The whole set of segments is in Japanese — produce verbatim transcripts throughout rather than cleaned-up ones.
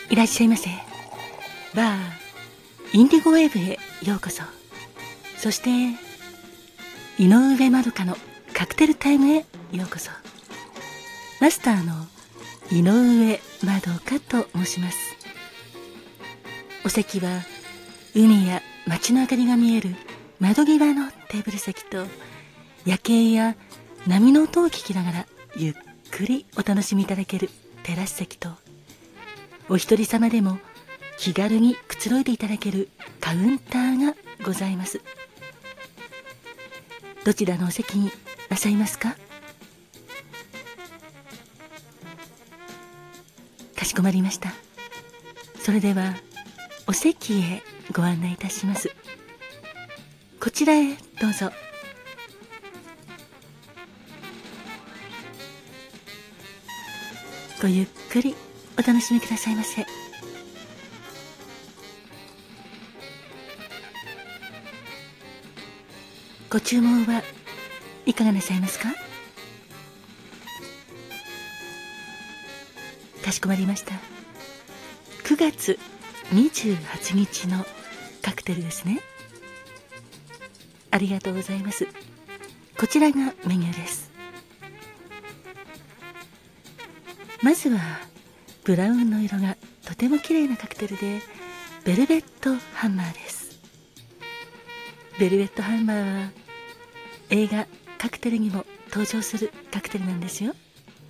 いらっしゃいませ。バーインディゴウェーブへようこそ。そして井上まどかのカクテルタイムへようこそ。マスターの井上まどかと申します。お席は海や街の明かりが見える窓際のテーブル席と、夜景や波の音を聞きながらゆっくりお楽しみいただけるテラス席と、お一人様でも気軽にくつろいでいただけるカウンターがございます。どちらのお席になさいますか？かしこまりました。それではお席へご案内いたします。こちらへどうぞ。ごゆっくりお楽しみくださいませ。ご注文はいかがなさいますか？かしこまりました。くがつにじゅうはちにちのカクテルですね。ありがとうございます。こちらがメニューです。まずはブラウンの色がとても綺麗なカクテルで、ベルベットハンマーです。ベルベットハンマーは映画カクテルにも登場するカクテルなんですよ。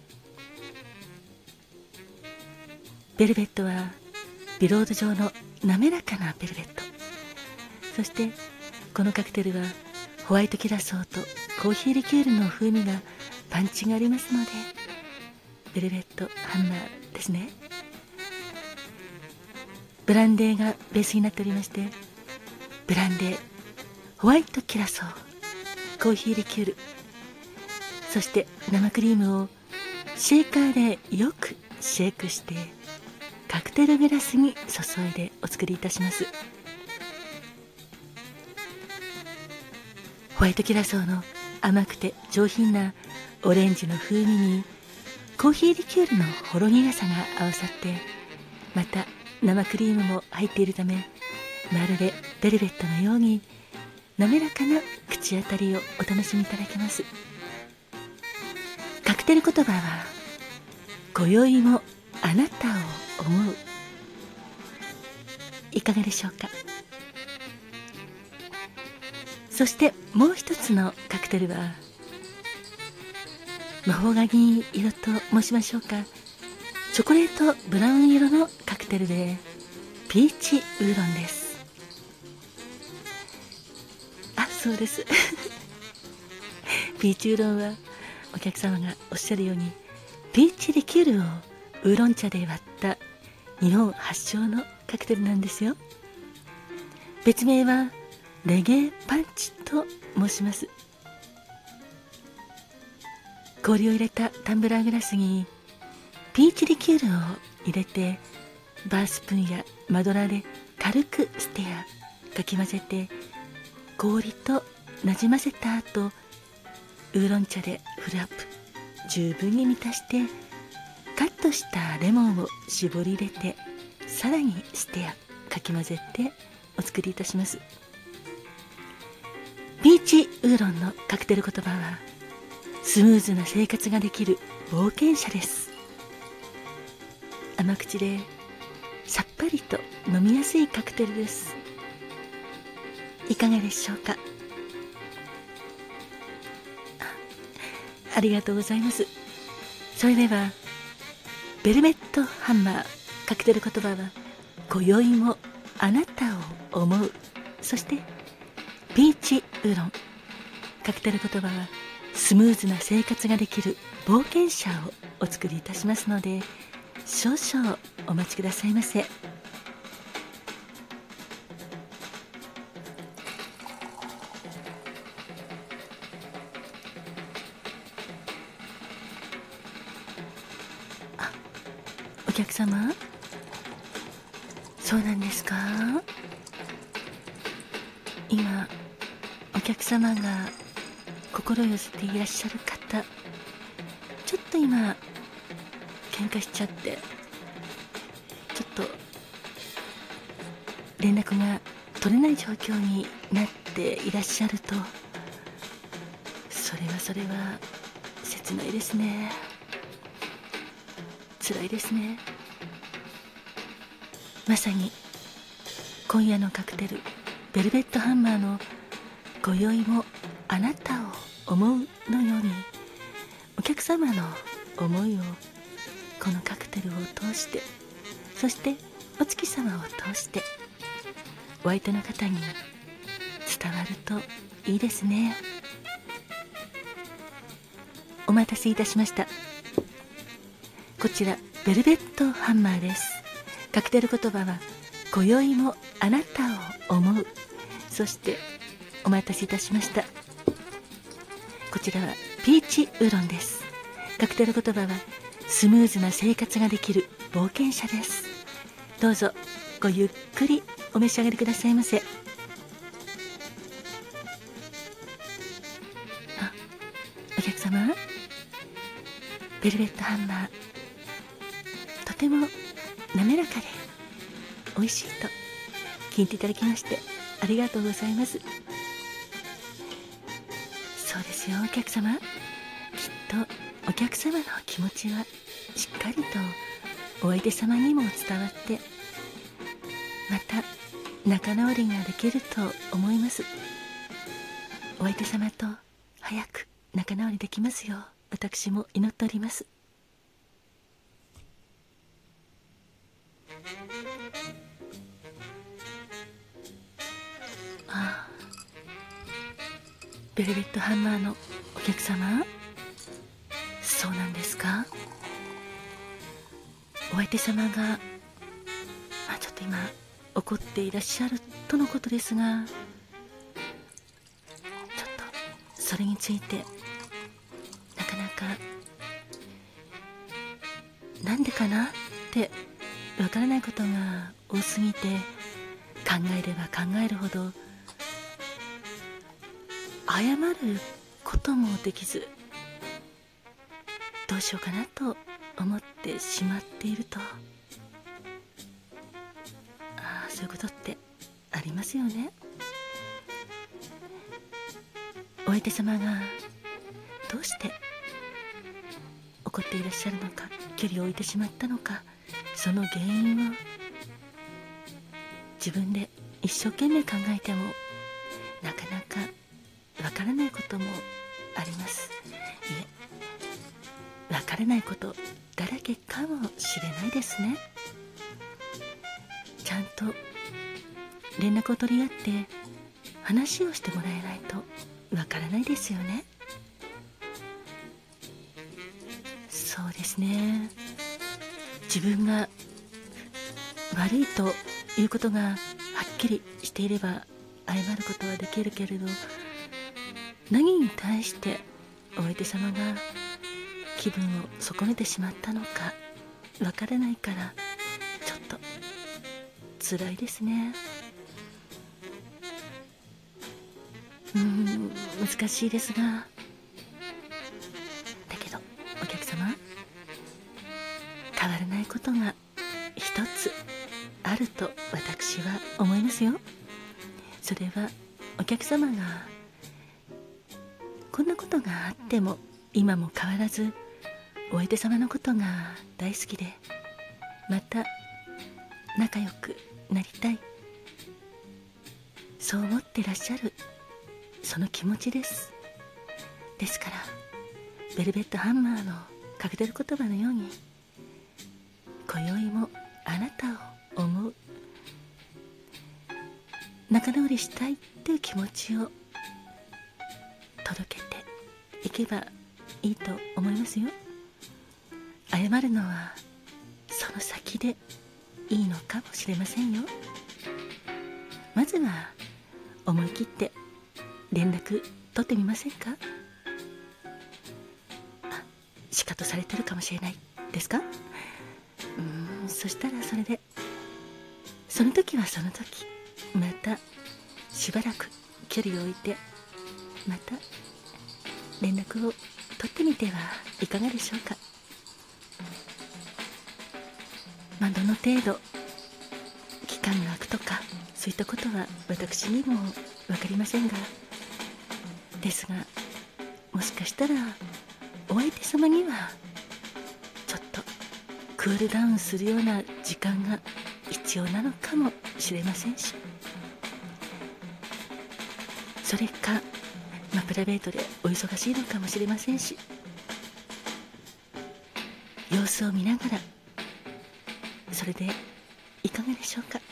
ベルベットはビロード状の滑らかなベルベット。そしてこのカクテルはホワイトキュラソーとコーヒーリキュールの風味がパンチがありますので、ベルベットハンマーですね。ブランデーがベースになっておりまして、ブランデー、ホワイトキュラソー、コーヒーリキュール、そして生クリームをシェーカーでよくシェイクしてカクテルグラスに注いでお作りいたします。ホワイトキュラソーの甘くて上品なオレンジの風味に、コーヒーリキュールのほろ苦さが合わさって、また生クリームも入っているため、まるでベルベットのように滑らかな口当たりをお楽しみいただけます。カクテル言葉は、今宵もあなたを思う。いかがでしょうか？そしてもう一つのカクテルは、マホガニ色と申しましょうか、チョコレートブラウン色のカクテルで、ピーチウーロンです。あ、そうですピーチウーロンはお客様がおっしゃるように、ピーチリキュールをウーロン茶で割った日本発祥のカクテルなんですよ。別名はレゲエパンチと申します。氷を入れたタンブラーグラスにピーチリキュールを入れて、バースプーンやマドラーで軽くステアかき混ぜて、氷となじませた後、ウーロン茶でフルアップ、十分に満たして、カットしたレモンを絞り入れて、さらにステアかき混ぜてお作りいたします。ピーチウーロンのカクテル言葉は、スムーズな生活ができる冒険者です。甘口でさっぱりと飲みやすいカクテルです。いかがでしょうか？ あ, ありがとうございます。それではベルベットハンマーカクテル言葉は、今宵もあなたを思う。そしてピーチウーロンカクテル言葉は、スムーズな生活ができる冒険者をお作りいたしますので、少々お待ちくださいませ。あ、お客様、そうなんですか？今お客様が心を寄せていらっしゃる方、ちょっと今喧嘩しちゃって、ちょっと連絡が取れない状況になっていらっしゃると、それはそれは切ないですね。辛いですね。まさに今夜のカクテルベルベットハンマーの今宵もあなたを思うのように、お客様の思いをこのカクテルを通して、そしてお月様を通してお相手の方に伝わるといいですね。お待たせいたしました。こちらベルベットハンマーです。カクテル言葉は今宵もあなたを思う。そしてお待たせいたしました。こちらはピーチウーロンです。カクテル言葉はスムーズな生活ができる冒険者です。どうぞごゆっくりお召し上がりくださいませ。あ、お客様、ベルベットハンマーとても滑らかで美味しいと聞いていただきましてありがとうございます。そうですよ、お客様、きっとお客様の気持ちはしっかりとお相手様にも伝わって、また仲直りができると思います。お相手様と早く仲直りできますよう私も祈っております。ああ、ベルベットハンマーのお客様、そうなんですか。お相手様が、まあ、ちょっと今怒っていらっしゃるとのことですが、ちょっとそれについてなかなかなんでかなってわからないことが多すぎて、考えれば考えるほど謝ることもできず、どうしようかなと思ってしまっていると、ああ、そういうことってありますよね。お相手様がどうして怒っていらっしゃるのか、距離を置いてしまったのか、その原因を自分で一生懸命考えてもなかなかわからないこともあります。いえ、わからないことだらけかもしれないですね。ちゃんと連絡を取り合って話をしてもらえないとわからないですよね。そうですね、自分が悪いということがはっきりしていれば謝ることはできるけれど、何に対してお相手様が気分を損ねてしまったのかわからないから、ちょっと辛いですね。うーん、難しいですが、だけどお客様、変わらないことが一つあると私は思いますよ。それはお客様がこんなことがあっても今も変わらずお相手様のことが大好きで、また仲良くなりたい、そう思ってらっしゃる、その気持ちです。ですからベルベットハンマーのカクテル言葉のように、今宵もあなたを思う、仲直りしたいっていう気持ちを届けていけばいいと思いますよ。謝るのはその先でいいのかもしれませんよ。まずは思い切って連絡取ってみませんか。あ、シカトされてるかもしれないですか。うーん、そしたらそれで、その時はその時、またしばらく距離を置いて、また連絡を取ってみてはいかがでしょうか。まあ、どの程度とかそういったことは私にも分かりませんが、ですがもしかしたらお相手様にはちょっとクールダウンするような時間が必要なのかもしれませんし、それか、まあ、プライベートでお忙しいのかもしれませんし、様子を見ながらそれでいかがでしょうか。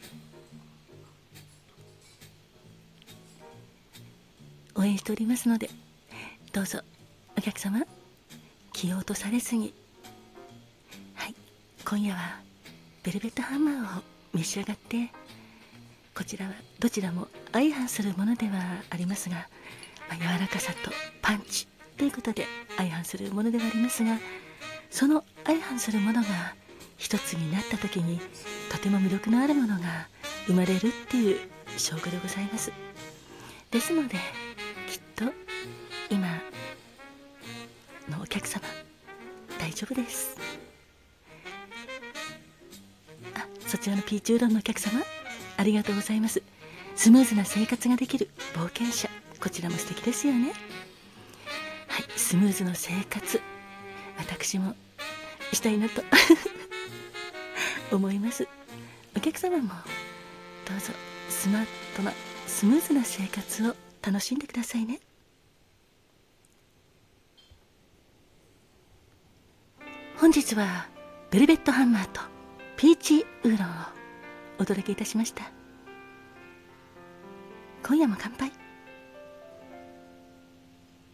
応援しておりますので、どうぞお客様気を落とされずに、はい、今夜はベルベットハンマーを召し上がって、こちらはどちらも相反するものではありますが、まあ、柔らかさとパンチということで相反するものではありますが、その相反するものが一つになった時にとても魅力のあるものが生まれるっていう証拠でございます。ですのできっと今のお客様大丈夫です。あ、そちらのピーチうどんのお客様ありがとうございます。スムーズな生活ができる冒険者、こちらも素敵ですよね。はい、スムーズの生活、私もしたいなと思います。お客様もどうぞスマートなスムーズな生活を楽しんでくださいね。本日はベルベットハンマーとピーチウーロンをお届けいたしました。今夜も乾杯。